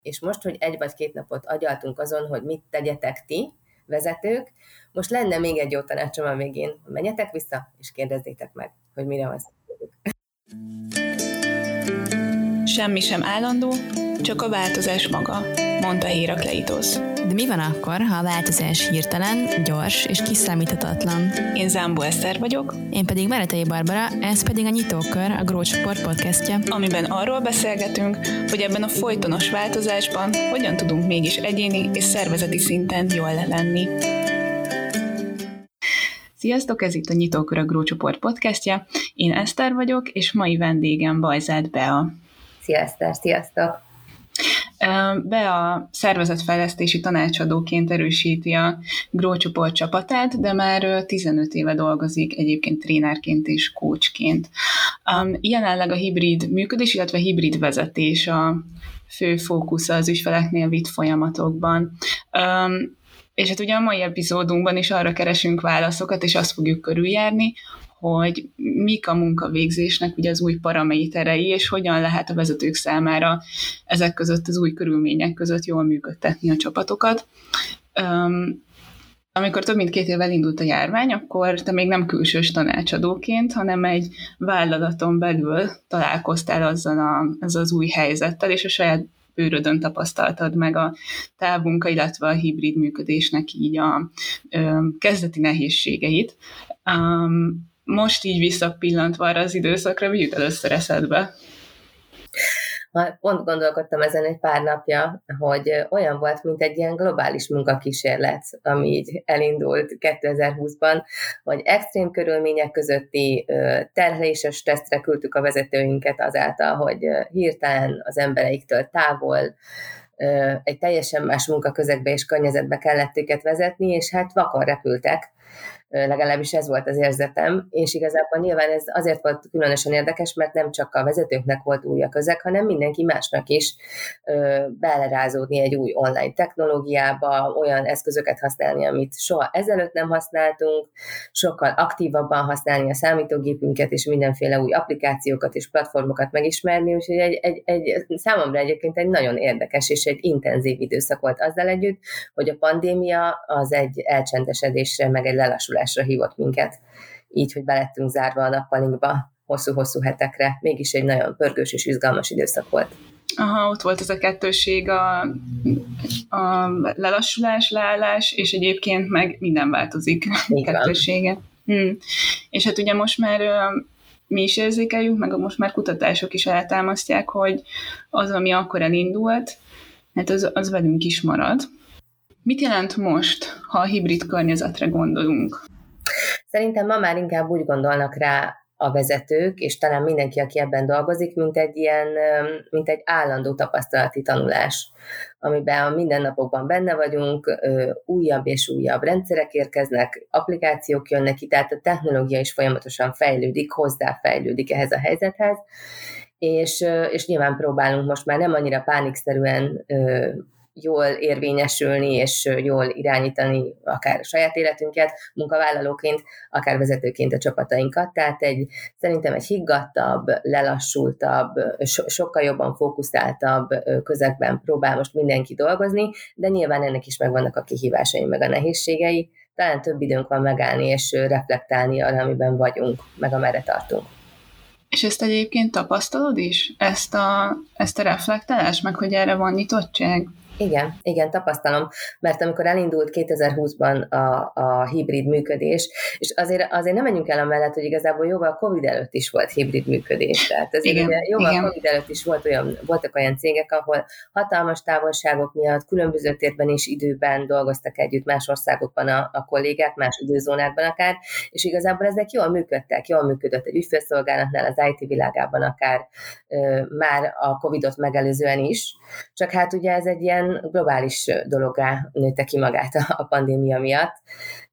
és most, hogy 1 vagy 2 napot agyaltunk azon, hogy mit tegyetek ti, vezetők, most lenne még egy jó tanácsom a végén. Menjetek vissza, és kérdezzétek meg, hogy mire van szükségük. Semmi sem állandó, csak a változás maga, mondta Hérakleitosz. De mi van akkor, ha a változás hirtelen, gyors és kiszámíthatatlan? Én Zámbó Eszter vagyok. Én pedig Meretei Barbara, ez pedig a Nyitókör, a Grow Csoport podcastja. Amiben arról beszélgetünk, hogy ebben a folytonos változásban hogyan tudunk mégis egyéni és szervezeti szinten jól lenni. Sziasztok, ez itt a Nyitókör, a Grow Csoport podcastja. Én Eszter vagyok, és mai vendégem Bajzád Bea. Szia Eszter, sziasztok! Bea szervezetfejlesztési tanácsadóként erősíti a Grow Csoport csapatát, de már 15 éve dolgozik egyébként trénerként és coachként. Jelenleg a hibrid működés, illetve hibrid vezetés a fő fókusza az ügyfeleknél vitt folyamatokban. És hát ugye a mai epizódunkban is arra keresünk válaszokat, és azt fogjuk körüljárni, hogy mik a munkavégzésnek ugye az új paraméterei, és hogyan lehet a vezetők számára ezek között, az új körülmények között jól működtetni a csapatokat. Amikor több mint 2 évvel indult a járvány, akkor te még nem külsős tanácsadóként, hanem egy vállalaton belül találkoztál ezzel az új helyzettel, és a saját bőrödön tapasztaltad meg a távmunka, illetve a hibrid működésnek így a kezdeti nehézségeit. Most így visszapillantva arra az időszakra, mi jut először eszedbe? Pont gondolkodtam ezen egy pár napja, hogy olyan volt, mint egy ilyen globális munkakísérlet, ami így elindult 2020-ban, hogy extrém körülmények közötti terheléses tesztre küldtük a vezetőinket azáltal, hogy hirtelen az embereiktől távol egy teljesen más munkaközegbe és környezetbe kellett őket vezetni, és hát vakon repültek. Legalábbis ez volt az érzetem, és igazából nyilván ez azért volt különösen érdekes, mert nem csak a vezetőknek volt új a közeg, hanem mindenki másnak is belerázódni egy új online technológiába, olyan eszközöket használni, amit soha ezelőtt nem használtunk, sokkal aktívabban használni a számítógépünket, és mindenféle új applikációkat és platformokat megismerni, úgyhogy egy számomra egyébként egy nagyon érdekes és egy intenzív időszak volt azzal együtt, hogy a pandémia az egy elcsendesedésre, meg egy lelassulásra hívott minket, így, hogy belettünk zárva a nappalinkba hosszú-hosszú hetekre. Mégis egy nagyon pörgős és izgalmas időszak volt. Aha, ott volt ez a kettősség, a lelassulás, leállás, és egyébként meg minden változik kettősége. És hát ugye most már mi is érzékeljük, meg most már kutatások is eltámasztják, hogy az, ami akkor elindult, hát az velünk is marad. Mit jelent most, ha a hibrid környezetre gondolunk? Szerintem ma már inkább úgy gondolnak rá a vezetők, és talán mindenki, aki ebben dolgozik, mint egy állandó tapasztalati tanulás, amiben a mindennapokban benne vagyunk, újabb és újabb rendszerek érkeznek, applikációk jönnek ki, tehát a technológia is folyamatosan fejlődik, hozzáfejlődik ehhez a helyzethez, és nyilván próbálunk most már nem annyira pánikszerűen jól érvényesülni, és jól irányítani akár a saját életünket, munkavállalóként, akár vezetőként a csapatainkat. Tehát szerintem egy higgadtabb, lelassultabb, sokkal jobban fókuszáltabb közegben próbál most mindenki dolgozni, de nyilván ennek is megvannak a kihívásai, meg a nehézségei. Talán több időnk van megállni és reflektálni arra, amiben vagyunk, meg amerre tartunk. És ezt egyébként tapasztalod is? Ezt a reflektálást, meg hogy erre van nyitottság? Igen, tapasztalom, mert amikor elindult 2020-ban a hibrid működés, és azért nem menjünk el amellett, hogy igazából jóval Covid előtt is volt hibrid működés. Tehát jóval Covid előtt is voltak olyan cégek, ahol hatalmas távolságok miatt különböző térben és időben dolgoztak együtt más országokban a kollégák, más időzónákban akár, és igazából ezek jól működtek, jól működött egy ügyfélszolgálatnál, az IT világában akár már a Covidot megelőzően is, csak hát ugye ez egy ilyen globális dologgá nőtte ki magát a pandémia miatt,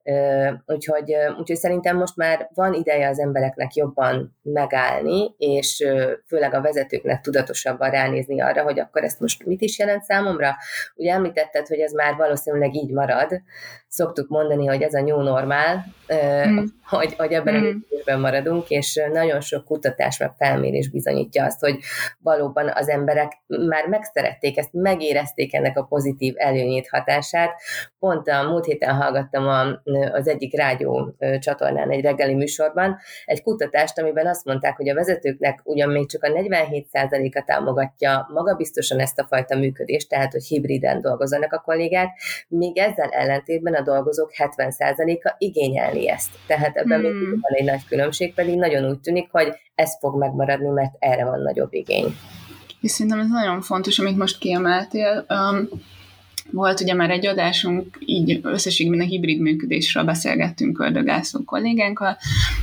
Úgyhogy szerintem most már van ideje az embereknek jobban megállni, és főleg a vezetőknek tudatosabban ránézni arra, hogy akkor ezt most mit is jelent számomra. Ugye említetted, hogy ez már valószínűleg így marad. Szoktuk mondani, hogy ez a new normál, hogy ebben a lépésben maradunk, és nagyon sok kutatás meg felmérés bizonyítja azt, hogy valóban az emberek már megszerették ezt, megérezték ennek a pozitív előnyét, hatását. Pont a múlt héten hallgattam az egyik rádió csatornán egy reggeli műsorban egy kutatást, amiben azt mondták, hogy a vezetőknek ugyan még csak a 47%-a támogatja magabiztosan ezt a fajta működést, tehát hogy hibriden dolgozzanak a kollégák, még ezzel ellentétben a dolgozók 70%-a igényelni ezt. Tehát ebben még van egy nagy különbség, pedig nagyon úgy tűnik, hogy ez fog megmaradni, mert erre van nagyobb igény. És szerintem ez nagyon fontos, amit most kiemeltél. Volt ugye már egy adásunk, így összességében a hibrid működésről beszélgettünk Ördögászló kollégánkkal,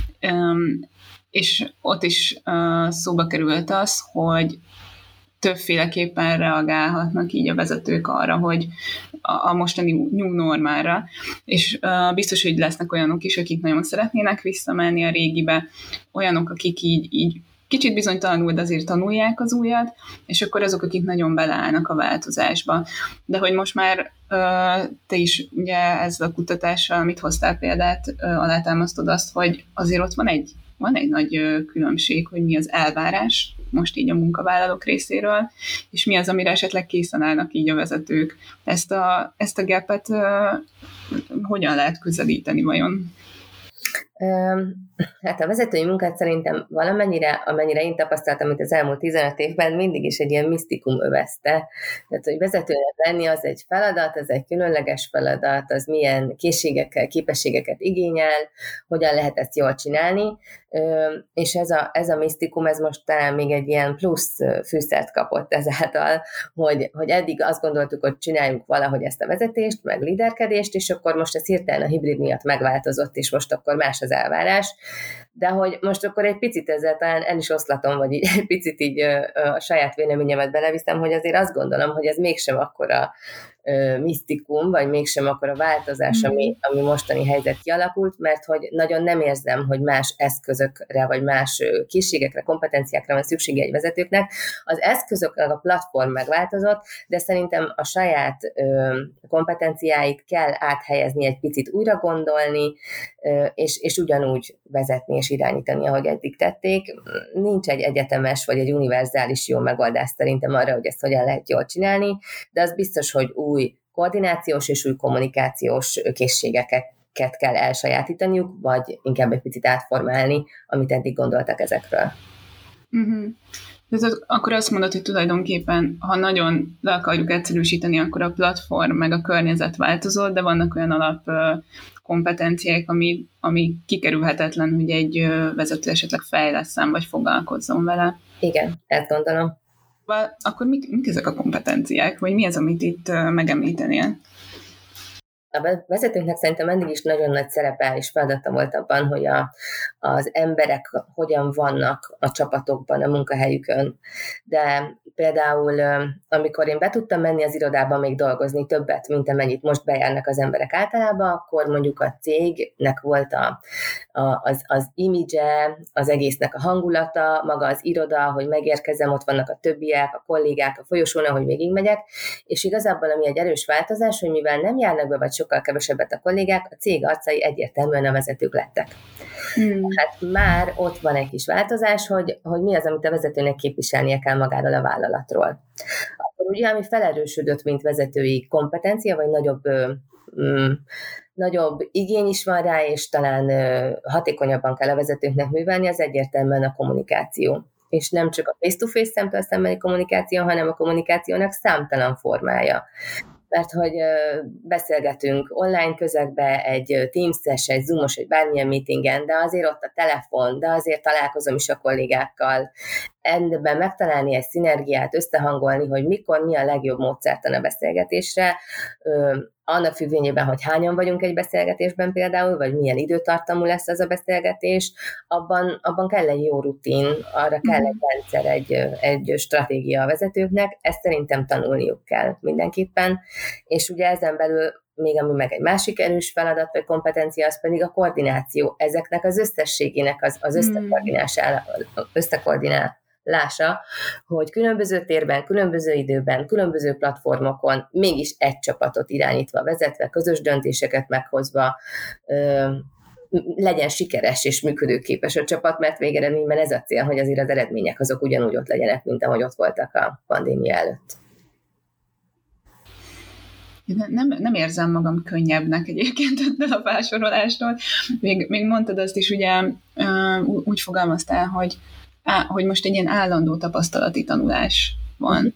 és ott is szóba került az, hogy többféleképpen reagálhatnak így a vezetők arra, hogy a mostani new normára, és biztos, hogy lesznek olyanok is, akik nagyon szeretnének visszamenni a régibe, olyanok, akik így kicsit bizonytalanul, de azért tanulják az újat, és akkor azok, akik nagyon beleállnak a változásba. De hogy most már te is ugye ezzel a kutatással, amit hoztál példát, alátámasztod azt, hogy azért ott van egy nagy különbség, hogy mi az elvárás most így a munkavállalók részéről, és mi az, amire esetleg készen állnak így a vezetők. Ezt a gapet hogyan lehet közelíteni vajon? Hát a vezetői munkát szerintem amennyire én tapasztaltam, amit az elmúlt 15 évben mindig is egy ilyen misztikum övezte. Tehát, hogy vezetőnek lenni az egy feladat, az egy különleges feladat, az milyen készségekkel, képességeket igényel, hogyan lehet ezt jól csinálni, és ez a misztikum, ez most talán még egy ilyen plusz fűszert kapott ezáltal, hogy eddig azt gondoltuk, hogy csináljuk valahogy ezt a vezetést, meg líderkedést, és akkor most ez hirtelen a hibrid miatt megváltozott, és most akkor más az elvárás, de hogy most akkor egy picit ezzel talán el is oszlatom, vagy egy picit így a saját véleményemet beleviszem, hogy azért azt gondolom, hogy ez mégsem akkora misztikum, vagy mégsem akkora változás, ami mostani helyzet kialakult, mert hogy nagyon nem érzem, hogy más eszközökre, vagy más készségekre, kompetenciákra van szüksége egy vezetőknek. Az eszközöknek a platform megváltozott, de szerintem a saját kompetenciáit kell áthelyezni, egy picit újra gondolni, és ugyanúgy vezetni és irányítani, ahogy eddig tették. Nincs egy egyetemes, vagy egy univerzális jó megoldás szerintem arra, hogy ezt hogyan lehet jól csinálni, de az biztos, hogy új koordinációs és új kommunikációs készségeket kell elsajátítaniuk, vagy inkább egy picit átformálni, amit eddig gondoltak ezekről. Tehát akkor azt mondod, hogy tulajdonképpen, ha nagyon le akarjuk egyszerűsíteni, akkor a platform meg a környezet változott, de vannak olyan alap kompetenciák, ami kikerülhetetlen, hogy egy vezető esetleg fejlesszen, vagy foglalkozzon vele. Igen, ezt gondolom. Akkor mik ezek a kompetenciák, vagy mi az, amit itt megemlítenél? A vezetőknek szerintem eddig is nagyon nagy szerepe és feladata volt abban, hogy az emberek hogyan vannak a csapatokban, a munkahelyükön. De például, amikor én be tudtam menni az irodába még dolgozni többet, mint amennyit most bejárnak az emberek általában, akkor mondjuk a cégnek volt az image, az egésznek a hangulata, maga az iroda, hogy megérkezem, ott vannak a többiek, a kollégák, a folyosón, ahogy végigmegyek, és igazából ami egy erős változás, hogy mivel nem járnak be, vagy sokkal kevesebbet a kollégák, a cég arcai egyértelműen a vezetők lettek. Hát már ott van egy kis változás, hogy mi az, amit a vezetőnek képviselnie kell magáról a vállalatról. Akkor ugye, ami felerősödött, mint vezetői kompetencia, vagy nagyobb igény is van rá, és talán hatékonyabban kell a vezetőknek művelni, az egyértelműen a kommunikáció. És nem csak a face-to-face szemtől szembeni kommunikáció, hanem a kommunikációnak számtalan formája. Mert hogy beszélgetünk online közegbe, egy Teams-es, egy Zoom-os, egy bármilyen meetingen, de azért ott a telefon, de azért találkozom is a kollégákkal. Ebben megtalálni egy szinergiát, összehangolni, hogy mikor mi a legjobb módszertan a beszélgetésre, annak függvényében, hogy hányan vagyunk egy beszélgetésben például, vagy milyen időtartamú lesz az a beszélgetés, abban kell egy jó rutin, arra kell egy rendszer, egy stratégia a vezetőknek, ezt szerintem tanulniuk kell mindenképpen, és ugye ezen belül még ami meg egy másik erős feladat vagy kompetencia, az pedig a koordináció. Ezeknek az összességének az összekoordinálása, hogy különböző térben, különböző időben, különböző platformokon mégis egy csapatot irányítva, vezetve, közös döntéseket meghozva legyen sikeres és működőképes a csapat, mert végeredményben ez a cél, hogy azért az eredmények azok ugyanúgy ott legyenek, mint ahogy ott voltak a pandémia előtt. Nem érzem magam könnyebbnek egyébként ettől a felsorolástól. Még mondtad azt is, ugye úgy fogalmaztál, hogy most egy ilyen állandó tapasztalati tanulás van.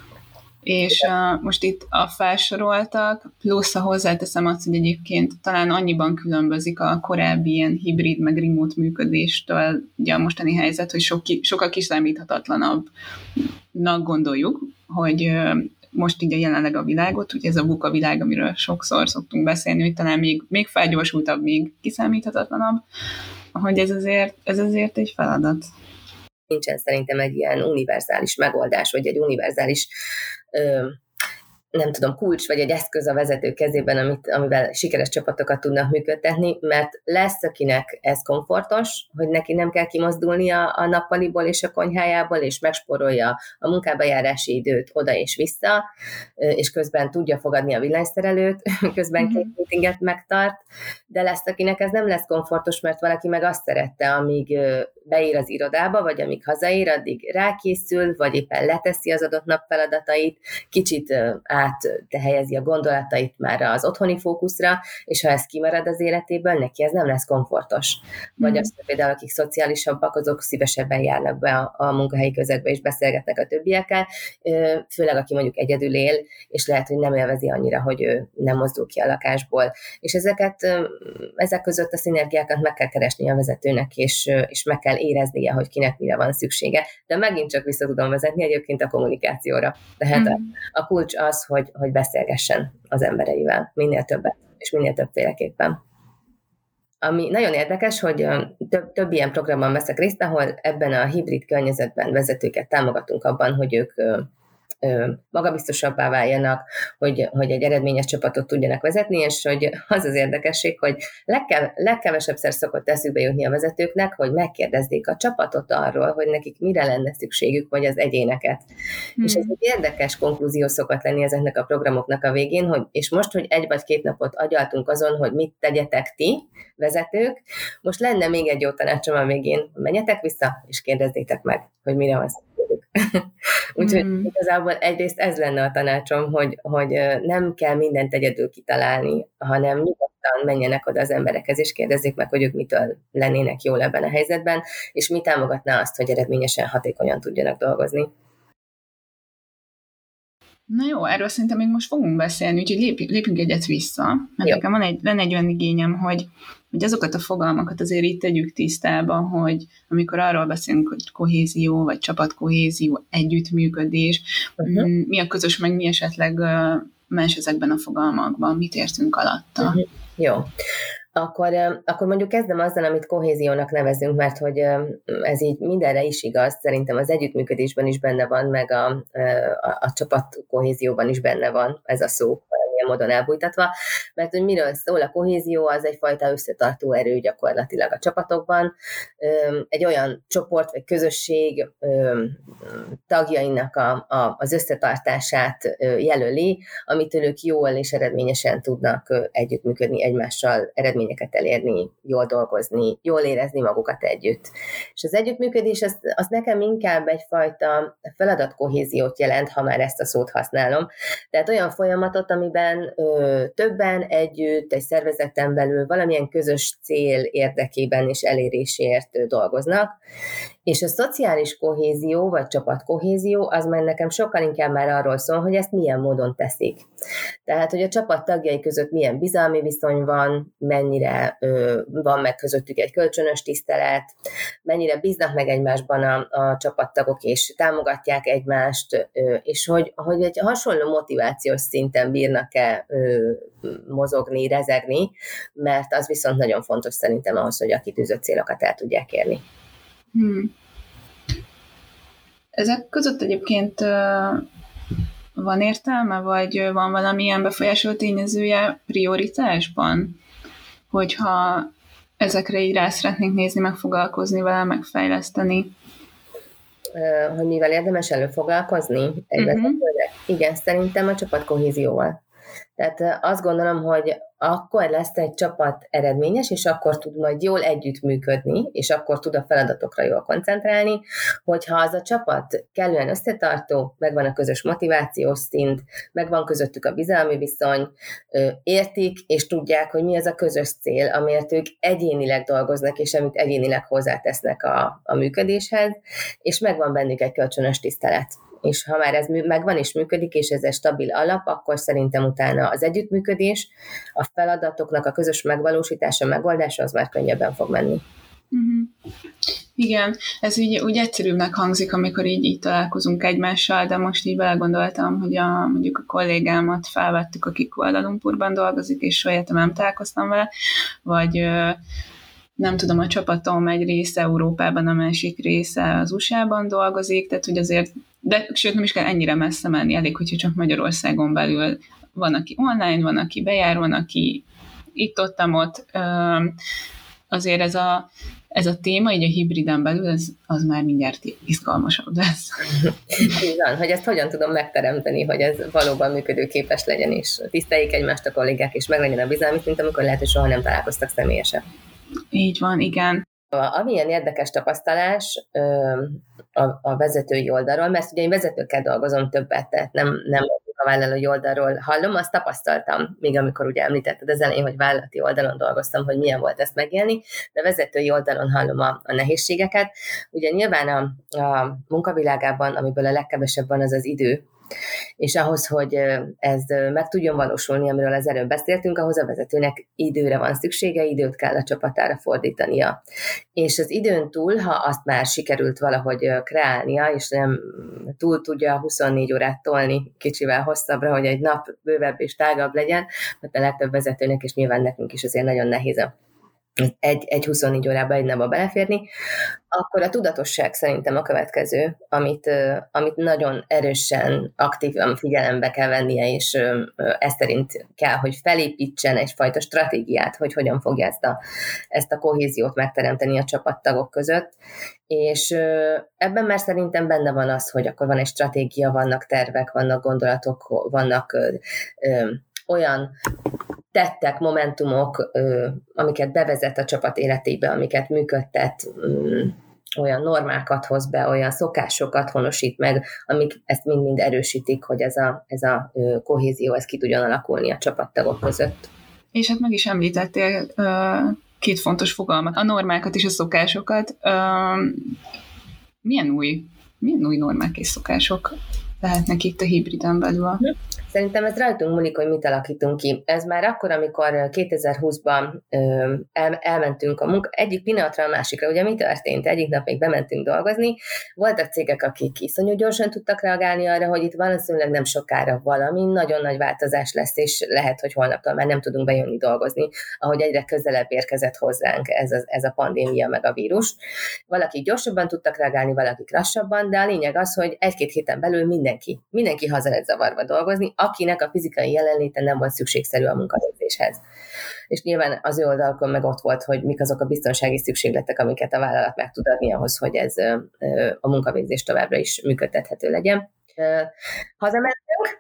És most itt a felsoroltak, plusz hozzáteszem azt, hogy egyébként talán annyiban különbözik a korábbi ilyen hibrid, meg remote működéstől ugye a mostani helyzet, hogy sokkal kiszámíthatatlanabbnak gondoljuk, hogy most így a jelenleg a világot, ugye ez a VUCA világ, amiről sokszor szoktunk beszélni, hogy talán még felgyorsultabb, még kiszámíthatatlanabb, hogy ez azért egy feladat. Nincsen szerintem egy ilyen univerzális megoldás, vagy egy univerzális nem tudom, kulcs vagy egy eszköz a vezető kezében, amivel sikeres csapatokat tudnak működtetni, mert lesz, akinek ez komfortos, hogy neki nem kell kimozdulnia a nappaliból és a konyhájából, és megspórolja a munkába járási időt oda és vissza, és közben tudja fogadni a villanyszerelőt, közben két meetinget megtart, de lesz, akinek ez nem lesz komfortos, mert valaki meg azt szerette, amíg beír az irodába, vagy amíg hazaér, addig rákészül, vagy éppen leteszi az adott nap feladatait, kicsit áthelyezi a gondolatait már az otthoni fókuszra, és ha ez kimarad az életéből, neki ez nem lesz komfortos. Vagy azt például, akik szociálisabbak, azok szívesebben járnak be a munkahelyi közegbe, és beszélgetnek a többiekkel, főleg aki mondjuk egyedül él, és lehet, hogy nem élvezi annyira, hogy ő nem mozdul ki a lakásból. És ezek között a szinergiákat meg kell keresni a vezetőnek, és meg kell éreznie, hogy kinek mire van szüksége. De megint csak vissza tudom vezetni egyébként a kommunikációra. Tehát a kulcs az, hogy beszélgessen az embereivel minél többet, és minél többféleképpen. Ami nagyon érdekes, hogy több ilyen programban veszek részt, ahol ebben a hibrid környezetben vezetőket támogatunk abban, hogy ők magabiztosabbá váljanak, hogy egy eredményes csapatot tudjanak vezetni, és hogy az az érdekesség, hogy legkevesebbszer szokott eszükbe jutni a vezetőknek, hogy megkérdezzék a csapatot arról, hogy nekik mire lenne szükségük, vagy az egyéneket. És ez egy érdekes konklúzió szokott lenni ezeknek a programoknak a végén, és most, hogy 1 vagy 2 napot agyaltunk azon, hogy mit tegyetek ti, vezetők, most lenne még egy jó tanácsom a végén, menjetek vissza, és kérdezzétek meg, hogy mire van szükségük. Úgyhogy igazából egyrészt ez lenne a tanácsom, hogy nem kell mindent egyedül kitalálni, hanem nyugodtan menjenek oda az emberekhez, és kérdezzék meg, hogy ők mitől lennének jól ebben a helyzetben, és mi támogatná azt, hogy eredményesen, hatékonyan tudjanak dolgozni. Na jó, erről szerintem még most fogunk beszélni, úgyhogy lépjünk egyet vissza, mert nekem lenne egy olyan igényem, hogy azokat a fogalmakat azért itt tegyük tisztába, hogy amikor arról beszélünk, hogy kohézió, vagy csapatkohézió, együttműködés, mi a közös, meg mi esetleg más ezekben a fogalmakban, mit értünk alatta. Jó. Akkor mondjuk kezdem azzal, amit kohéziónak nevezünk, mert hogy ez így mindenre is igaz, szerintem az együttműködésben is benne van, meg a csapatkohézióban is benne van ez a szó, valamilyen módon elbújtatva, mert hogy miről szól a kohézió, az egyfajta összetartó erő gyakorlatilag a csapatokban, egy olyan csoport vagy közösség tagjainak az összetartását jelöli, amitől ők jól és eredményesen tudnak együttműködni egymással, eredményeket elérni, jól dolgozni, jól érezni magukat együtt. És az együttműködés az nekem inkább egyfajta feladatkohéziót jelent, ha már ezt a szót használom. Tehát olyan folyamatot, amiben többen együtt, egy szervezeten belül valamilyen közös cél érdekében és eléréséért dolgoznak, és a szociális kohézió, vagy csapatkohézió, az már nekem sokkal inkább már arról szól, hogy ezt milyen módon teszik. Tehát, hogy a csapat tagjai között milyen bizalmi viszony van, mennyire van meg közöttük egy kölcsönös tisztelet, mennyire bíznak meg egymásban a csapattagok, és támogatják egymást, és hogy egy hasonló motivációs szinten bírnak-e mozogni, rezegni, mert az viszont nagyon fontos szerintem ahhoz, hogy a kitűzött célokat el tudják érni. Ezek között egyébként van értelme, vagy van valamilyen befolyásoló tényezője prioritásban? Hogyha ezekre így rá szeretnénk nézni, meg foglalkozni vele, megfejleszteni. Hogy mivel érdemes előfoglalkozni egy vezetőnek? Igen, szerintem a csapatkohézióval. Tehát azt gondolom, hogy akkor lesz egy csapat eredményes, és akkor tud majd jól együttműködni, és akkor tud a feladatokra jól koncentrálni, hogyha az a csapat kellően összetartó, megvan a közös motivációs szint, megvan közöttük a bizalmi viszony, értik, és tudják, hogy mi az a közös cél, amiért ők egyénileg dolgoznak, és amit egyénileg hozzátesznek a működéshez, és megvan bennük egy kölcsönös tisztelet. És ha már ez megvan és működik, és ez egy stabil alap, akkor szerintem utána az együttműködés, a feladatoknak a közös megvalósítása, megoldása, az már könnyebben fog menni. Uh-huh. Igen, ez úgy egyszerűbbnek hangzik, amikor így találkozunk egymással, de most így belegondoltam, hogy mondjuk a kollégámat felvettük, aki Kuala Lumpurban dolgozik, és soha nem találkoztam vele, vagy nem tudom, a csapatom egy része Európában, a másik része az USA-ban dolgozik, tehát hogy azért, de sőt nem is kell ennyire messze menni, elég, hogyha csak Magyarországon belül van, aki online, van, aki bejár, van, aki itt-ott, azért ez a téma, így a hibriden belül, az már mindjárt izgalmasabb lesz. Igen, hogy ezt hogyan tudom megteremteni, hogy ez valóban működőképes legyen, és tiszteljék egymást a kollégák, és meg legyen a bizalmi szint, amikor lehet, hogy soha nem találkoztak személyesen. Így van, igen. Amilyen érdekes tapasztalás a vezetői oldalról, mert ugye én vezetőkkel dolgozom többet, tehát nem a vállalói oldalról hallom, azt tapasztaltam, még amikor ugye említetted az elején, hogy vállalati oldalon dolgoztam, hogy milyen volt ezt megélni, de vezetői oldalon hallom a nehézségeket. Ugye nyilván a munkavilágában, amiből a legkevesebb van, az az idő, és ahhoz, hogy ez meg tudjon valósulni, amiről az előbb beszéltünk, ahhoz a vezetőnek időre van szüksége, időt kell a csapatára fordítania. És az időn túl, ha azt már sikerült valahogy kreálnia, és nem túl tudja 24 órát tolni kicsivel hosszabbra, hogy egy nap bővebb és tágabb legyen, mert a legtöbb vezetőnek, és nyilván nekünk is azért nagyon nehéz egy 24 órába egy napba beleférni, akkor a tudatosság szerintem a következő, amit nagyon erősen, aktívan figyelembe kell vennie, és ez szerint kell, hogy felépítsen egyfajta stratégiát, hogy hogyan fogja ezt a kohéziót megteremteni a csapattagok között, és ebben már szerintem benne van az, hogy akkor van egy stratégia, vannak tervek, vannak gondolatok, vannak olyan tettek, momentumok, amiket bevezet a csapat életébe, amiket működtet, olyan normákat hoz be, olyan szokásokat honosít meg, amik ezt mind-mind erősítik, hogy ez a kohézió, ez ki tudjon alakulni a csapattagok között. És hát meg is említettél két fontos fogalmat, a normákat és a szokásokat. Milyen új normák és szokások lehetnek itt a hibriden belül? Szerintem ez rajtunk múlik, hogy mit alakítunk ki. Ez már akkor, amikor 2020-ban elmentünk a munka, egyik pillanatra a másikra. Ugye mi történt? Egyik nap még bementünk dolgozni. Voltak cégek, akik iszonyú gyorsan tudtak reagálni arra, hogy itt valószínűleg nem sokára valami nagyon nagy változás lesz, és lehet, hogy holnaptól már nem tudunk bejönni dolgozni, ahogy egyre közelebb érkezett hozzánk ez a pandémia meg a vírus. Valaki gyorsabban tudtak reagálni, valakik lassabban, de a lényeg az, hogy egy-két héten belül mindenki haza lett zavarva dolgozni, akinek a fizikai jelenléte nem volt szükségszerű a munkavégzéshez. És nyilván az ő oldalakon meg ott volt, hogy mik azok a biztonsági szükségletek, amiket a vállalat meg tud adni ahhoz, hogy ez a munkavégzés továbbra is működtethető legyen. Hazamentünk,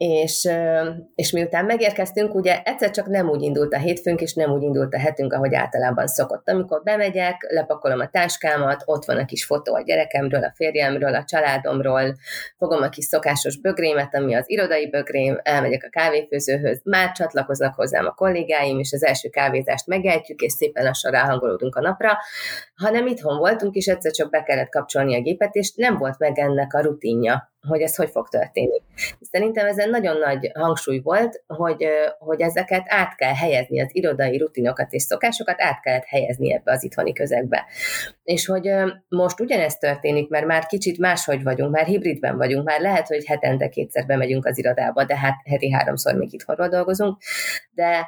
és miután megérkeztünk, ugye egyszer csak nem úgy indult a hétfőnk, és nem úgy indult a hetünk, ahogy általában szokott. Amikor bemegyek, lepakolom a táskámat, ott van a kis fotó a gyerekemről, a férjemről, a családomról, fogom a kis szokásos bögrémet, ami az irodai bögrém, elmegyek a kávéfőzőhöz, már csatlakoznak hozzám a kollégáim, és az első kávézást megejtjük, és szépen lassan ráhangolódunk a napra, hanem itthon voltunk, és egyszer csak be kellett kapcsolni a gépet, és nem volt meg ennek a rutinja, hogy ez hogy fog történni. Szerintem ezen nagyon nagy hangsúly volt, hogy ezeket át kell helyezni, az irodai rutinokat és szokásokat át kellett helyezni ebbe az itthoni közegbe. És hogy most ugyanezt történik, mert már kicsit máshogy vagyunk, már hibridben vagyunk, már lehet, hogy hetente 2-szer bemegyünk az irodába, de hát heti 3-szor még itthonról dolgozunk, de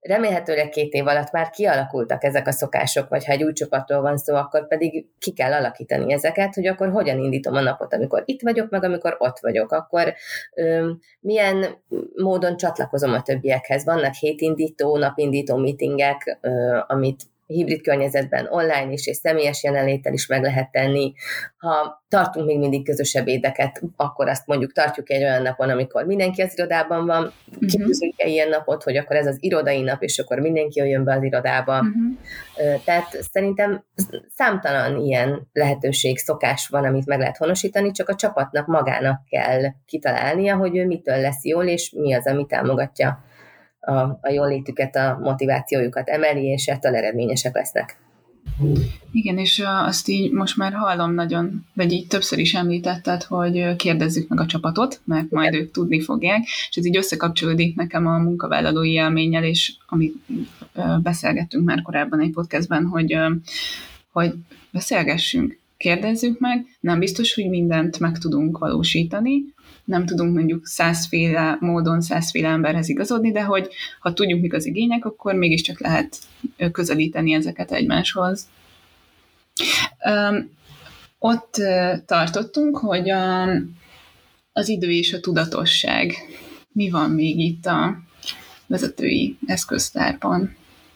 remélhetőleg 2 év alatt már kialakultak ezek a szokások, vagy ha egy új csapatról van szó, akkor pedig ki kell alakítani ezeket, hogy akkor hogyan indítom a napot, amikor itt vagyok, meg amikor ott vagyok, akkor milyen módon csatlakozom a többiekhez. Vannak hétindító, napindító meetingek, amit hibrid környezetben online is és személyes jelenléttel is meg lehet tenni. Ha tartunk még mindig közös ebédeket, akkor azt mondjuk tartjuk egy olyan napon, amikor mindenki az irodában van, kitűzünk ilyen napot, hogy akkor ez az irodai nap, és akkor mindenki jöjjön be az irodába. Tehát szerintem számtalan ilyen lehetőség, szokás van, amit meg lehet honosítani, csak a csapatnak magának kell kitalálnia, hogy ő mitől lesz jól, és mi az, ami támogatja a jólétüket, a motivációjukat emeli, és ettől eredményesek lesznek. Igen, és azt így most már hallom nagyon, vagy így többször is említetted, hogy kérdezzük meg a csapatot, mert majd ők tudni fogják, és ez így összekapcsolódik nekem a munkavállalói élménnyel, és amit beszélgettünk már korábban egy podcastben, hogy beszélgessünk, kérdezzük meg, nem biztos, hogy mindent meg tudunk valósítani, nem tudunk mondjuk 100-féle módon 100-féle emberhez igazodni, de hogy ha tudjuk, mik az igények, akkor mégiscsak lehet közelíteni ezeket egymáshoz. Ott tartottunk, hogy az idő és a tudatosság. Mi van még itt a vezetői eszköztárban?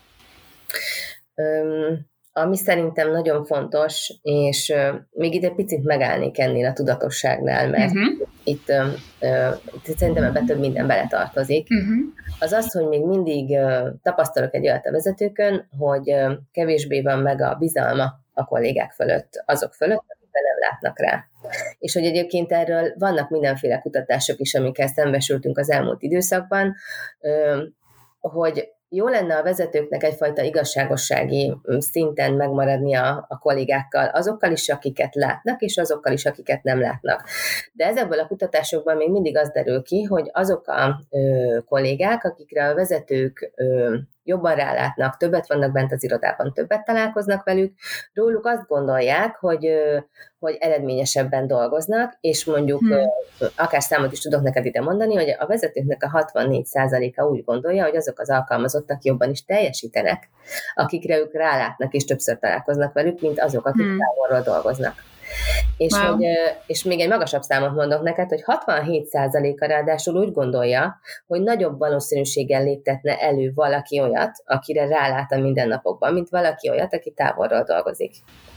Ami szerintem nagyon fontos, és még ide picit megállnék ennél a tudatosságnál, mert itt szerintem ebben több minden beletartozik. Az az, hogy még mindig tapasztalok egy olyat a vezetőkön, hogy kevésbé van meg a bizalma a kollégák fölött, azok fölött, akikben nem látnak rá. És hogy egyébként erről vannak mindenféle kutatások is, amikkel szembesültünk az elmúlt időszakban, hogy jó lenne a vezetőknek egyfajta igazságossági szinten megmaradnia a kollégákkal, azokkal is, akiket látnak, és azokkal is, akiket nem látnak. De ezekből a kutatásokban még mindig az derül ki, hogy azok a kollégák, akikre a vezetők jobban rálátnak, többet vannak bent az irodában, többet találkoznak velük, róluk azt gondolják, hogy eredményesebben dolgoznak, és mondjuk akár számot is tudok neked ide mondani, hogy a vezetőknek a 64%-a úgy gondolja, hogy azok az alkalmazottak jobban is teljesítenek, akikre ők rálátnak és többször találkoznak velük, mint azok, akik távolról dolgoznak. És még egy magasabb számot mondok neked, hogy 67%-a ráadásul úgy gondolja, hogy nagyobb valószínűséggel léptetne elő valaki olyat, akire rálát a mindennapokban, mint valaki olyat, aki távolról dolgozik.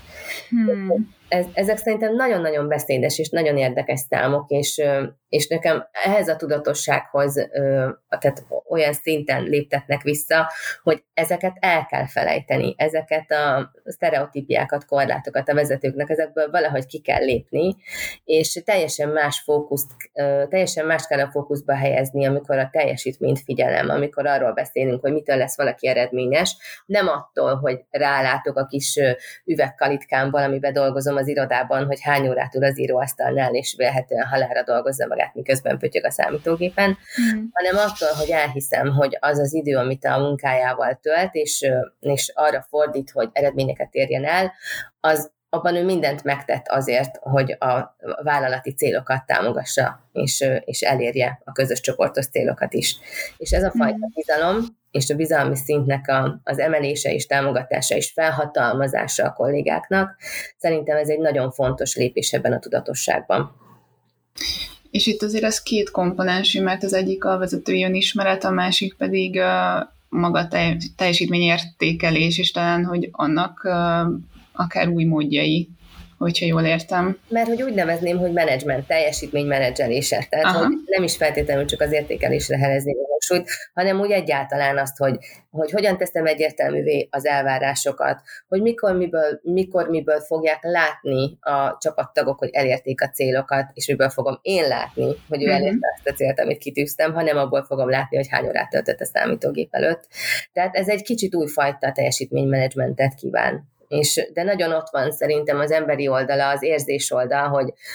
Ezek szerintem nagyon-nagyon beszédes és nagyon érdekes számok, és nekem ehhez a tudatossághoz tehát olyan szinten léptetnek vissza, hogy ezeket el kell felejteni, ezeket a sztereotípiákat, korlátokat a vezetőknek, ezekből valahogy ki kell lépni, és teljesen más kell a fókuszba helyezni, amikor a teljesítményt figyelem, amikor arról beszélünk, hogy mitől lesz valaki eredményes, nem attól, hogy rálátok a kis üvegkalitkámból, amiben dolgozom az irodában, hogy hány órát ül az íróasztalnál, és vélhetően halálra dolgozza magát, miközben pötyög a számítógépen, hanem attól, hogy elhiszem, hogy az az idő, amit a munkájával tölt, és arra fordít, hogy eredményeket érjen el, abban ő mindent megtett azért, hogy a vállalati célokat támogassa, és elérje a közös csoportos célokat is. És ez a fajta bizalom, és a bizalmi szintnek az emelése és támogatása és felhatalmazása a kollégáknak, szerintem ez egy nagyon fontos lépés ebben a tudatosságban. És itt azért ez két komponensű, mert az egyik a vezetői önismeret, a másik pedig maga teljesítményértékelés, és talán, hogy annak akár új módjai, hogyha jól értem. Mert hogy úgy nevezném, hogy menedzsment, teljesítménymenedzselése. Tehát hogy nem is feltétlenül csak az értékelésre helyezni a hangsúlyt, hanem úgy egyáltalán azt, hogy hogyan teszem egyértelművé az elvárásokat, hogy mikor miből fogják látni a csapattagok, hogy elérték a célokat, és miből fogom én látni, hogy ő elérte azt a célt, amit kitűztem, hanem abból fogom látni, hogy hány órát töltött a számítógép előtt. Tehát ez egy kicsit újfajta teljesítménymenedzsmentet kíván. De nagyon ott van szerintem az emberi oldala, az érzés oldal, hogy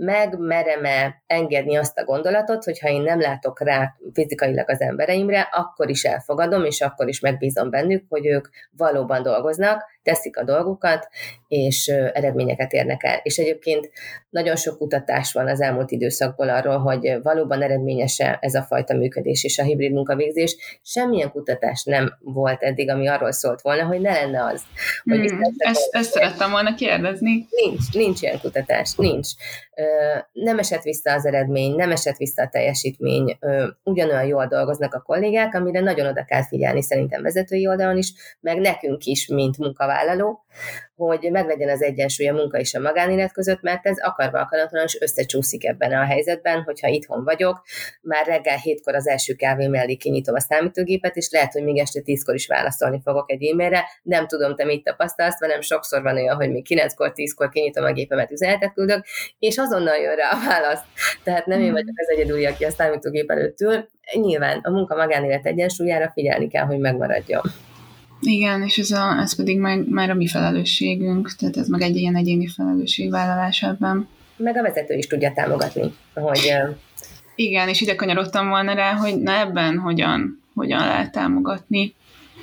megmerem-e engedni azt a gondolatot, hogy ha én nem látok rá fizikailag az embereimre, akkor is elfogadom, és akkor is megbízom bennük, hogy ők valóban dolgoznak, teszik a dolgukat, és eredményeket érnek el. És egyébként nagyon sok kutatás van az elmúlt időszakból arról, hogy valóban eredményes-e ez a fajta működés és a hibrid munkavégzés. Semmilyen kutatás nem volt eddig, ami arról szólt volna, hogy ne lenne az. Hogy ezt szerettem volna kérdezni. Nincs ilyen kutatás, nincs. Nem esett vissza az eredmény, nem esett vissza a teljesítmény, ugyanolyan jól dolgoznak a kollégák, amire nagyon oda kell figyelni szerintem vezetői oldalon is, meg nekünk is, mint munkavállaló, hogy meglegyen az egyensúly a munka és a magánélet között, mert ez akarva akaratlanul is összecsúszik ebben a helyzetben, hogyha itthon vagyok, már reggel 7-kor az első kávé mellé kinyitom a számítógépet, és lehet, hogy még este 10-kor is válaszolni fogok egy e-mailre, nem tudom, te mit tapasztalsz, velem sokszor van olyan, hogy még 9-kor, 10-kor kinyitom a gépemet, üzenetet küldök, és azonnal jön rá a válasz. Tehát nem én vagyok az egyedüli, aki a számítógép előtt ül. Nyilván a munka-magánélet egyensúlyára figyelni kell, hogy megmaradjon. Igen, és ez pedig már a mi felelősségünk, tehát ez meg egy ilyen egyéni felelősségvállalás ebben. Meg a vezető is tudja támogatni, hogy... Igen, és ide kanyarodtam volna rá, hogy na ebben hogyan lehet támogatni.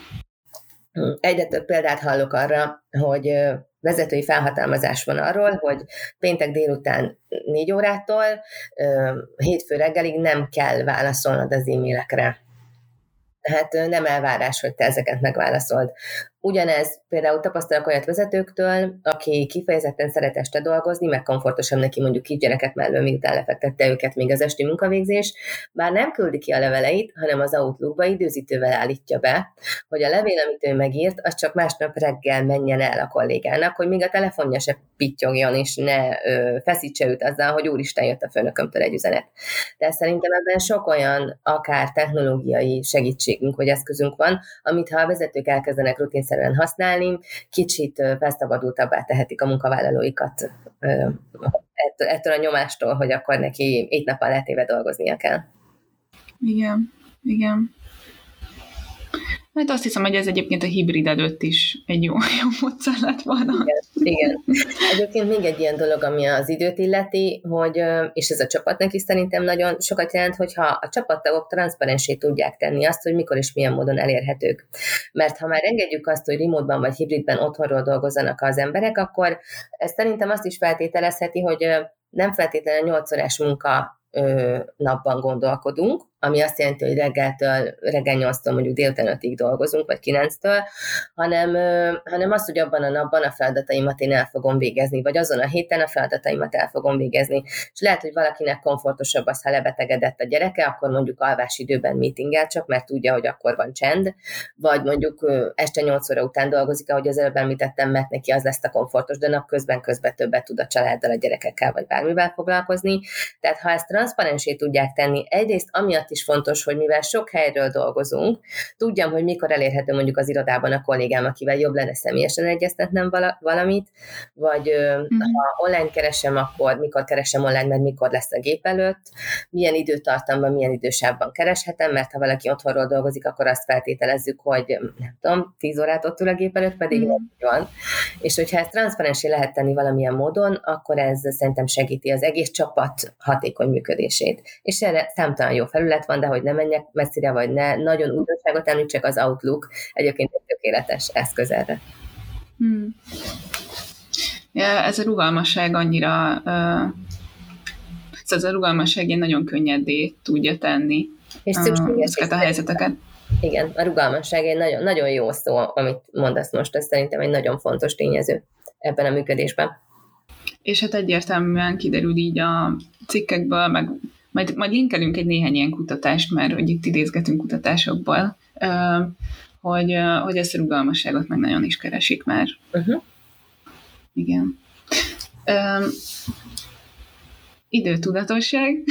Egyre több példát hallok arra, hogy vezetői felhatalmazás van arról, hogy péntek délután 4 órától hétfő reggelig nem kell válaszolnod az e-mailekre. Hát nem elvárás, hogy te ezeket megválaszold. Ugyanez például tapasztalok olyat vezetőktől, aki kifejezetten szeret este dolgozni, meg komfortosabb neki mondjuk kisgyerekek mellől, miután lefektette őket még az esti munkavégzés, már nem küldi ki a leveleit, hanem az Outlookba időzítővel állítja be, hogy a levél, amit ő megírt, az csak másnap reggel menjen el a kollégának, hogy még a telefonja se pittyogjon, és ne feszítse őt azzal, hogy úristen, jött a főnökömtől egy üzenet. De szerintem ebben sok olyan akár technológiai segítségünk, vagy eszközünk van, amit ha a vezetők elkezdenek rutinszerűen használni, kicsit felszabadultabbá tehetik a munkavállalóikat ettől a nyomástól, hogy akkor neki 7 nappal letéve dolgoznia kell. Igen. Hát azt hiszem, hogy ez egyébként a hibrid előtt is egy jó módszer lett volna. Igen. Egyébként még egy ilyen dolog, ami az időt illeti, hogy, és ez a csapatnak is szerintem nagyon sokat jelent, hogyha a csapattagok transzparensé tudják tenni azt, hogy mikor és milyen módon elérhetők. Mert ha már engedjük azt, hogy remote-ban vagy hibridben otthonról dolgozzanak az emberek, akkor ez szerintem azt is feltételezheti, hogy nem feltétlenül 8 órás munka napban gondolkodunk, ami azt jelenti, hogy reggel 8-tól mondjuk délután 5-ig dolgozunk, vagy 9-től, hanem azt, hogy abban a napban a feladataimat én el fogom végezni, vagy azon a héten a feladataimat el fogom végezni. És lehet, hogy valakinek komfortosabb az, ha lebetegedett a gyereke, akkor mondjuk alvásidőben meetingel csak, mert tudja, hogy akkor van csend, vagy mondjuk este 8 óra után dolgozik, ahogy az előbb említettem, mert neki az lesz a komfortos, de napközben többet tud a családdal, a gyerekekkel, vagy bármivel foglalkozni. Tehát ha ezt transzparensé tudják tenni, egyrészt amiatt is fontos, hogy mivel sok helyről dolgozunk, tudjam, hogy mikor elérhető mondjuk az irodában a kollégám, akivel jobb lenne személyesen egyeztetnem valamit, vagy ha online keresem, akkor mikor keresem online, mert mikor lesz a gép előtt, milyen időtartamban, milyen idősávban kereshetem, mert ha valaki otthonról dolgozik, akkor azt feltételezzük, hogy nem tudom, 10 órát ott ül a gép előtt, pedig nem van. És hogyha ezt transzparensé lehet tenni valamilyen módon, akkor ez szerintem segíti az egész csapat hatékony működését. És erre számtalan jó felület van, de hogy ne menjek messzire, vagy ne nagyon újdonságot említsek, az Outlook egyébként egy tökéletes eszköz erre. Ja, ez a rugalmasság annyira ez a rugalmasság ilyen nagyon könnyedé tudja tenni és szükséges ezeket a helyzeteket. Igen, a rugalmasság egy nagyon, nagyon jó szó, amit mondasz most, ez szerintem egy nagyon fontos tényező ebben a működésben. És hát egyértelműen kiderül így a cikkekből, meg majd linkelünk egy néhány ilyen kutatást, mert hogy itt idézgetünk kutatásokból, hogy ezt a rugalmasságot meg nagyon is keresik már. Igen. Időtudatosság.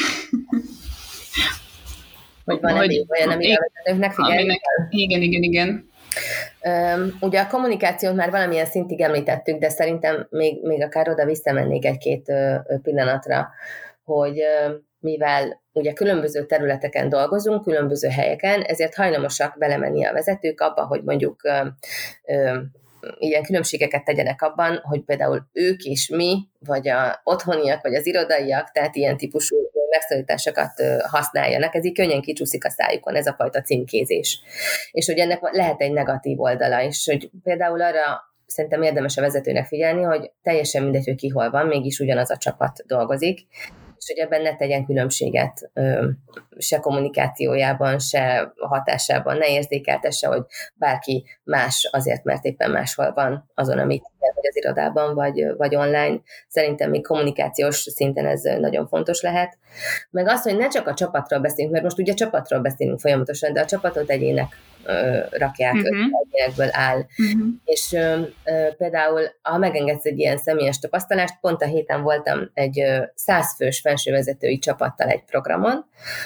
Hogy van olyan, amire a vezetőknek figyelni kell? Igen. Ugye a kommunikációt már valamilyen szintig említettük, de szerintem még akár oda visszamennék egy-két pillanatra, hogy mivel ugye különböző területeken dolgozunk, különböző helyeken, ezért hajlamosak belemenni a vezetők abba, hogy mondjuk ilyen különbségeket tegyenek abban, hogy például ők és mi, vagy a otthoniak, vagy az irodaiak, tehát ilyen típusú megszólításokat használjanak, ez így könnyen kicsúszik a szájukon, ez a fajta címkézés. És hogy ennek lehet egy negatív oldala is, hogy például arra szerintem érdemes a vezetőnek figyelni, hogy teljesen mindegy, hogy ki hol van, mégis ugyanaz a csapat dolgozik, és hogy ebben ne tegyen különbséget se kommunikációjában, se hatásában, ne érzékeltesse, hogy bárki más azért, mert éppen máshol van azon, amit vagy az irodában, vagy online. Szerintem még kommunikációs szinten ez nagyon fontos lehet. Meg az, hogy ne csak a csapatról beszélünk, mert most ugye csapatról beszélünk folyamatosan, de a csapatot egyének rakják, egyénekből áll. És például, ha megengedsz egy ilyen személyes tapasztalást, pont a héten voltam egy 100 fős felsővezetői csapattal egy programon,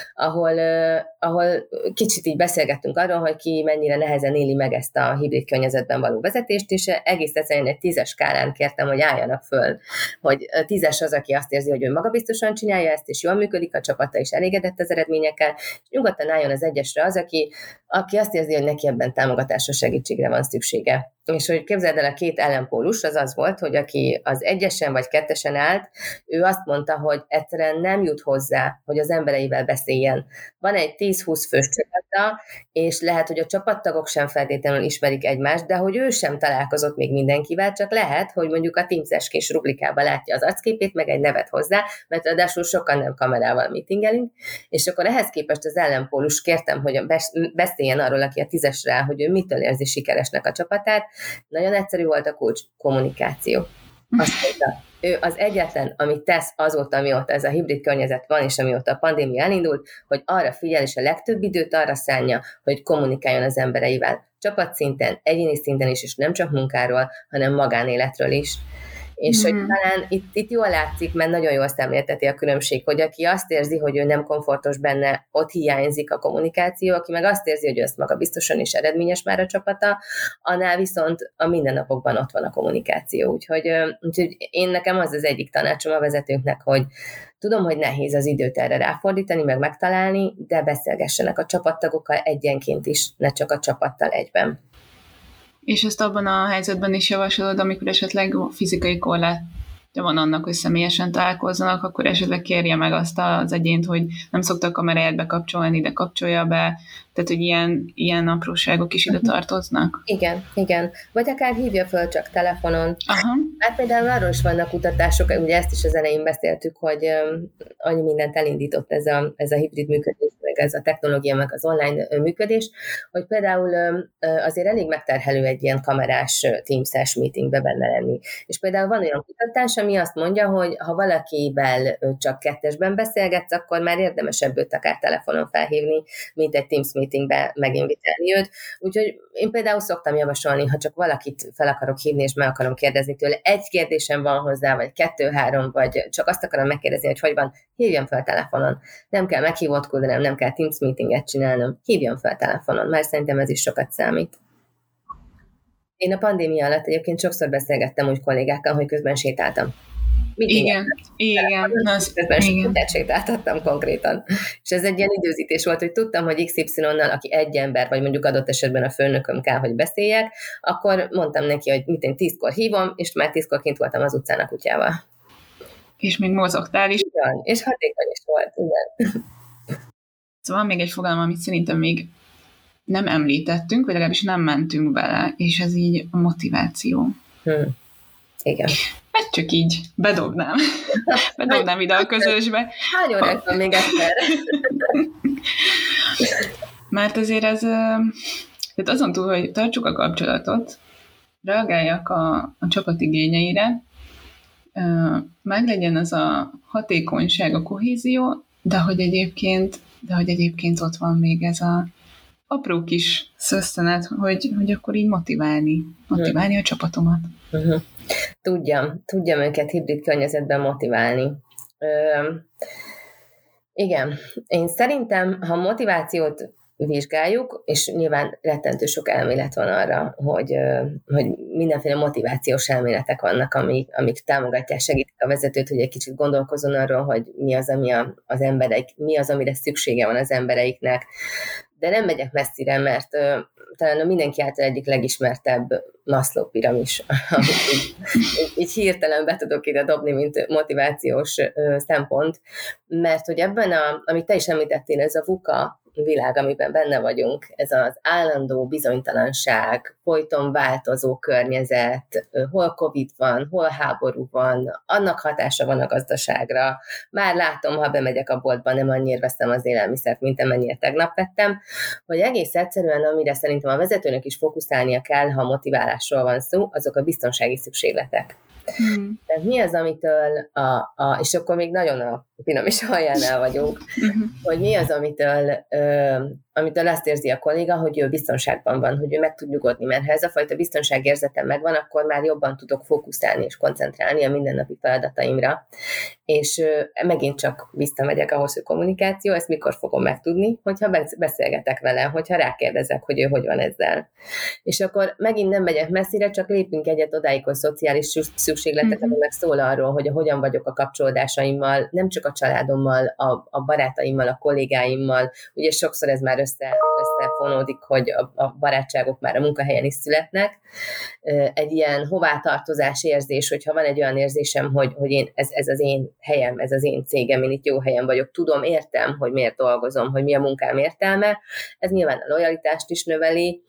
ahol kicsit így beszélgettünk arról, hogy ki mennyire nehezen éli meg ezt a hibrid környezetben való vezetést, és egész egyszerűen egy 10-es skálán kértem, hogy álljanak föl, hogy 10-es az, aki azt érzi, hogy ő magabiztosan csinálja ezt, és jól működik, a csapata is elégedett az eredményekkel, és nyugodtan álljon az 1-esre az, aki azt érzi, hogy neki ebben támogatásra, segítségre van szüksége. És hogy képzeld el, a két ellenpólus az volt, hogy aki az 1-esen vagy 2-esen állt, ő azt mondta, hogy egyszerűen nem jut hozzá, hogy az embereivel beszéljen. Van egy 10-20 fős csapata, és lehet, hogy a csapattagok sem feltétlenül ismerik egymást, de hogy ő sem találkozott még mindenkivel, csak lehet, hogy mondjuk a Teams-es kis rublikában látja az arcképét, meg egy nevet hozzá, mert ráadásul sokan nem kamerával meetingelünk, és akkor ehhez képest az ellenpólus kértem, hogy beszéljen arról, aki a 10-esre áll, hogy ő mitől érzi sikeresnek a csapatát. Nagyon egyszerű volt a kulcs, kommunikáció. Azt mondta, ő az egyetlen, amit tesz azóta, amióta ez a hibrid környezet van, és amióta a pandémia elindult, hogy arra figyel, és a legtöbb időt arra szánja, hogy kommunikáljon az embereivel. Csapatszinten, egyéni szinten is, és nem csak munkáról, hanem magánéletről is. És hogy talán itt jól látszik, mert nagyon jól szemlélteti a különbség, hogy aki azt érzi, hogy ő nem komfortos benne, ott hiányzik a kommunikáció, aki meg azt érzi, hogy ő ezt maga biztosan is eredményes már a csapata, annál viszont a mindennapokban ott van a kommunikáció. Úgyhogy én nekem az egyik tanácsom a vezetőknek, hogy tudom, hogy nehéz az időt erre ráfordítani, meg megtalálni, de beszélgessenek a csapattagokkal egyenként is, ne csak a csapattal egyben. És ezt abban a helyzetben is javasolod, amikor esetleg fizikai korlátja van annak, hogy személyesen találkozzanak, akkor esetleg kérje meg azt az egyént, hogy nem szokta a kameráját bekapcsolni, de kapcsolja be, tehát, hogy ilyen apróságok is ide tartoznak. Igen. Vagy akár hívja föl csak telefonon. Aha. Hát például arról is vannak kutatások, ugye ezt is az elején beszéltük, hogy annyi mindent elindított ez a hibrid működés, meg ez a technológia, meg az online működés, hogy például azért elég megterhelő egy ilyen kamerás Teams-es meetingbe benne lenni. És például van olyan kutatás, ami azt mondja, hogy ha valakivel csak 2-esben beszélgetsz, akkor már érdemesebb őt akár telefonon felhívni, mint egy Teams meetingbe meginvitálni őt. Úgyhogy én például szoktam javasolni, ha csak valakit fel akarok hívni, és meg akarom kérdezni tőle, egy kérdésem van hozzá, vagy 2-3, vagy csak azt akarom megkérdezni, hogy van, hívjam fel telefonon. Nem kell meghívót küldenem, nem kell Teams meetinget csinálnom, hívjam fel telefonon, mert szerintem ez is sokat számít. Én a pandémia alatt egyébként sokszor beszélgettem úgy kollégákkal, hogy közben sétáltam. Igen. Közben sétáltattam konkrétan. És ez egy ilyen időzítés volt, hogy tudtam, hogy XY-nal, aki egy ember, vagy mondjuk adott esetben a főnököm kell, hogy beszéljek, akkor mondtam neki, hogy én 10-kor hívom, és már 10-kor kint voltam az utcán a kutyával. És még mozogtál is. Igen, és hatékony is volt, igen. Szóval még egy fogalom, amit szerintem még nem említettünk, vagy legalábbis nem mentünk bele, és ez így a motiváció. Igen. Hát csak így bedobnám ide a közösbe. Hány órák van még egyszer? Mert azért ez, tehát azon túl, hogy tartsuk a kapcsolatot, reagáljak a csapat igényeire, meglegyen az a hatékonyság, a kohézió, de hogy egyébként ott van még ez a apró kis szösszenet, hogy akkor így motiválni a csapatomat. Tudjam őket hibrid környezetben motiválni. Igen, én szerintem, ha motivációt vizsgáljuk, és nyilván rettentő sok elmélet van arra, hogy mindenféle motivációs elméletek vannak, amik támogatják, segítik a vezetőt, hogy egy kicsit gondolkozzon arról, hogy mi az, ami az embereik, mi az, amire szüksége van az embereiknek. de nem megyek messzire, mert talán a mindenki által egyik legismertebb Maslow piramis, amit így hirtelen be tudok ide dobni, mint motivációs szempont, mert hogy ebben, amit te is említettél, ez a VUCA világ, amiben benne vagyunk, ez az állandó bizonytalanság, folyton változó környezet, hol Covid van, hol háború van, annak hatása van a gazdaságra. Már látom, ha bemegyek a boltba, nem annyira veszem az élelmiszert, mint amennyire tegnap vettem, hogy egész egyszerűen, amire szerintem a vezetőnek is fókuszálnia kell, ha motiválásról van szó, azok a biztonsági szükségletek. Tehát mi az, amitől, és akkor még nagyon a piramis aljánál vagyunk, hogy mi az, amitől azt érzi a kolléga, hogy ő biztonságban van, hogy ő meg tud nyugodni, mert ha ez a fajta biztonságérzetem megvan, akkor már jobban tudok fókuszálni és koncentrálni a mindennapi feladataimra. És megint csak visszamegyek ahhoz, hogy kommunikáció, ezt mikor fogom megtudni, hogyha beszélgetek vele, hogyha rákérdezek, hogy ő hogy van ezzel. És akkor megint nem megyek messzire, csak lépünk egyet odáig, hogy szociális szükségletek, ami meg szól arról, hogy hogyan vagyok a kapcsolódásaimmal, nem csak a családommal, a barátaimmal, a kollégáimmal. Ugye sokszor ez már összefonódik, hogy a barátságok már a munkahelyen is születnek. Egy ilyen hovátartozás érzés, hogyha van egy olyan érzésem, hogy ez az én helyem, ez az én cégem, én itt jó helyen vagyok, tudom, értem, hogy miért dolgozom, hogy mi a munkám értelme, ez nyilván a lojalitást is növeli,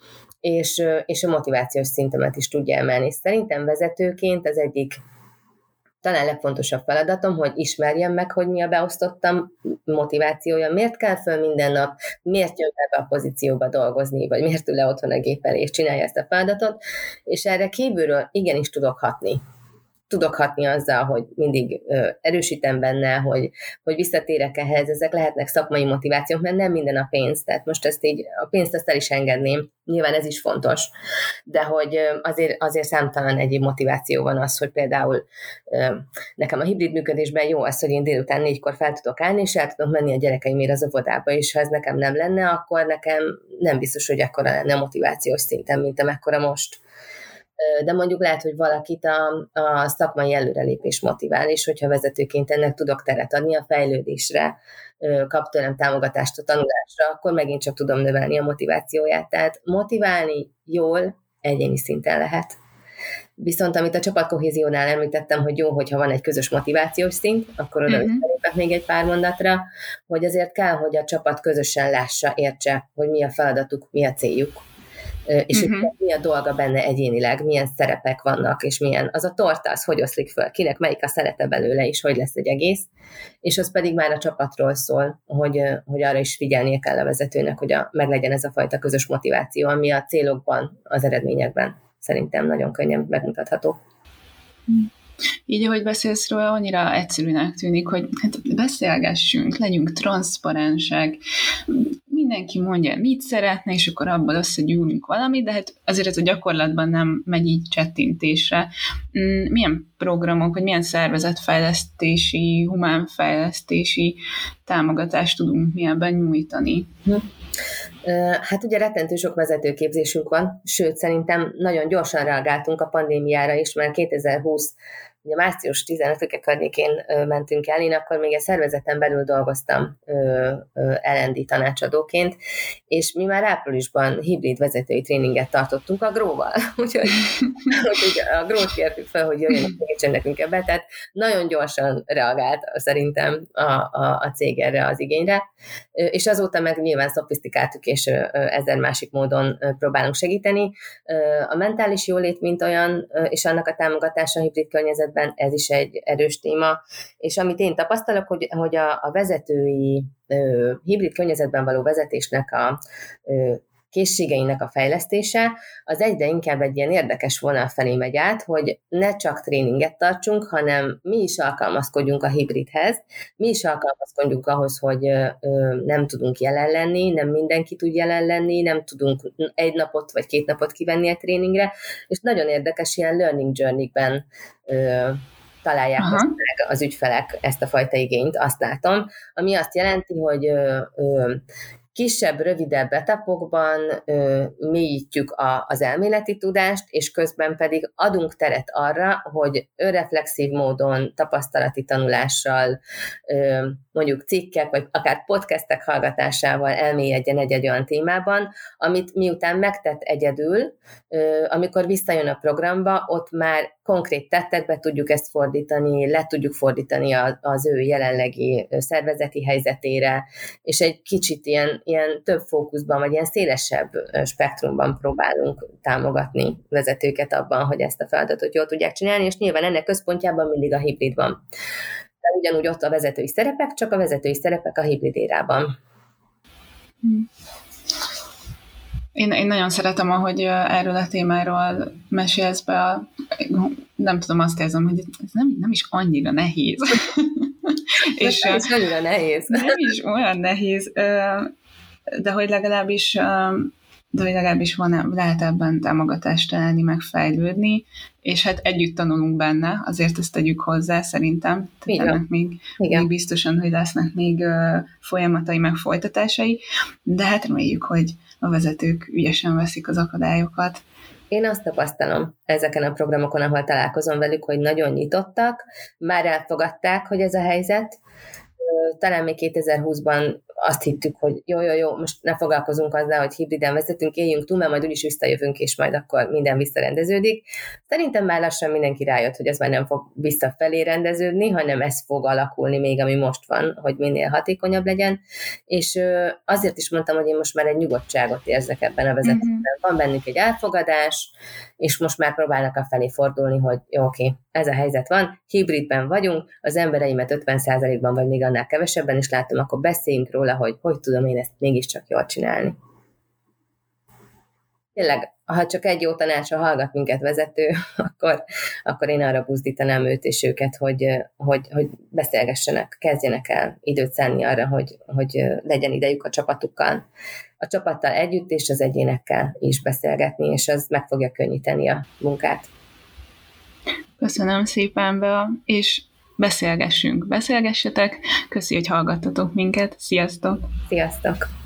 és a motivációs szintemet is tudja emelni. Szerintem vezetőként az egyik talán legfontosabb feladatom, hogy ismerjem meg, hogy mi a beosztottam motivációja, miért kell föl minden nap, miért jön ebbe a pozícióba dolgozni, vagy miért ül le otthon a gép elé, és csinálja ezt a feladatot, és erre kívülről igenis tudok hatni. Tudok hatni azzal, hogy mindig erősítem benne, hogy visszatérek ehhez, ezek lehetnek szakmai motivációk, mert nem minden a pénz, tehát most ezt így, a pénzt ezt el is engedném, nyilván ez is fontos, de hogy azért számtalan egyéb motiváció van az, hogy például nekem a hibrid működésben jó az, hogy én délután 4-kor fel tudok állni, és el tudok menni a gyerekeimért az óvodába, és ha ez nekem nem lenne, akkor nekem nem biztos, hogy akkora lenne a motivációs szinten, mint amekkora most. De mondjuk lehet, hogy valakit a szakmai előrelépés motivál, és hogyha vezetőként ennek tudok teret adni a fejlődésre, kap tőlem támogatást a tanulásra, akkor megint csak tudom növelni a motivációját. Tehát motiválni jól egyéni szinten lehet. Viszont amit a csapatkohéziónál említettem, hogy jó, hogyha van egy közös motivációs szint, akkor oda visszalépek még egy pár mondatra, hogy azért kell, hogy a csapat közösen lássa, értse, hogy mi a feladatuk, mi a céljuk. És hogy mi a dolga benne egyénileg, milyen szerepek vannak, és milyen az a torta, az hogy oszlik föl, kinek melyik a szerepe belőle, és hogy lesz egy egész, és az pedig már a csapatról szól, hogy arra is figyelnie kell a vezetőnek, hogy meglegyen ez a fajta közös motiváció, ami a célokban, az eredményekben szerintem nagyon könnyen megmutatható. Így, ahogy beszélsz róla, annyira egyszerűnek tűnik, hogy hát beszélgessünk, legyünk transzparensek, mindenki mondja, mit szeretne, és akkor abból összegyűlünk valamit, de hát azért ez a gyakorlatban nem megy így csettintésre. Milyen programok, vagy milyen szervezetfejlesztési, humánfejlesztési támogatást tudunk mi ebben nyújtani? Hát ugye rettentő sok vezetőképzésünk van, sőt szerintem nagyon gyorsan reagáltunk a pandémiára is, mert 2020 ugye március 15-e környékén mentünk el, én akkor még egy szervezeten belül dolgoztam L&D tanácsadóként, és mi már áprilisban hibrid vezetői tréninget tartottunk a GROW-val, úgyhogy a GROW-t kértük fel, hogy jöjjön segítsen nekünk ebbe, tehát nagyon gyorsan reagált szerintem a cég erre az igényre, és azóta meg nyilván szofisztikáltuk, és ezer másik módon próbálunk segíteni. A mentális jólét, mint olyan, és annak a támogatása a hibrid környezetben, ez is egy erős téma, és amit én tapasztalok, hogy a vezetői hibrid környezetben való vezetésnek a készségeinek a fejlesztése, az egyre inkább egy ilyen érdekes vonal felé megy át, hogy ne csak tréninget tartsunk, hanem mi is alkalmazkodjunk a hibridhez, mi is alkalmazkodjunk ahhoz, hogy nem tudunk jelen lenni, nem mindenki tud jelen lenni, nem tudunk egy napot vagy 2 napot kivenni a tréningre, és nagyon érdekes ilyen learning journey-ben találják meg az ügyfelek ezt a fajta igényt, azt látom, ami azt jelenti, hogy kisebb, rövidebb etapokban mélyítjük az elméleti tudást, és közben pedig adunk teret arra, hogy önreflexív módon, tapasztalati tanulással, mondjuk cikkek, vagy akár podcastek hallgatásával elmélyedjen egy olyan témában, amit miután megtett egyedül, amikor visszajön a programba, ott már konkrét tettekbe tudjuk ezt fordítani, le tudjuk fordítani az ő jelenlegi szervezeti helyzetére, és egy kicsit ilyen több fókuszban, vagy ilyen szélesebb spektrumban próbálunk támogatni vezetőket abban, hogy ezt a feladatot jól tudják csinálni, és nyilván ennek központjában mindig a hibrid van. De ugyanúgy ott a vezetői szerepek, csak a vezetői szerepek a hibrid érában. Én nagyon szeretem, ahogy erről a témáról mesélsz be, nem tudom, azt érzem, hogy ez nem is annyira nehéz. És nem is annyira nehéz. Nem is olyan nehéz, de hogy legalábbis lehet ebben támogatást találni, megfejlődni, és hát együtt tanulunk benne, azért ezt tegyük hozzá szerintem. Tehát ennek még biztosan, hogy lesznek még folyamatai, meg folytatásai, de hát reméljük, hogy a vezetők ügyesen veszik az akadályokat. Én azt tapasztalom ezeken a programokon, ahol találkozom velük, hogy nagyon nyitottak, már elfogadták, hogy ez a helyzet. Talán még 2020-ban azt hittük, hogy jó, most ne foglalkozunk azzal, hogy hibriden vezetünk, éljünk túl, mert majd úgyis visszajövünk, és majd akkor minden visszarendeződik. Szerintem már lassan mindenki rájött, hogy ez már nem fog visszafelé rendeződni, hanem ez fog alakulni még, ami most van, hogy minél hatékonyabb legyen. És azért is mondtam, hogy én most már egy nyugodtságot érzek ebben a vezetésben. Van bennük egy elfogadás, és most már próbálnak afelé fordulni, hogy jó, oké, ez a helyzet van, hibridben vagyunk, az embereimet 50%-ban vagy még annál kevesebben is látom, akkor beszéljünk róla, hogy tudom én ezt mégiscsak jól csinálni. Tényleg, ha csak egy jó tanácsra hallgat minket vezető, akkor én arra buzdítanám őt és őket, hogy beszélgessenek, kezdjenek el időt szánni arra, hogy legyen idejük a csapatukkal. A csapattal együtt és az egyénekkel is beszélgetni, és az meg fogja könnyíteni a munkát. Köszönöm szépen, Bea, és beszélgessetek. Köszi, hogy hallgattatok minket. Sziasztok! Sziasztok!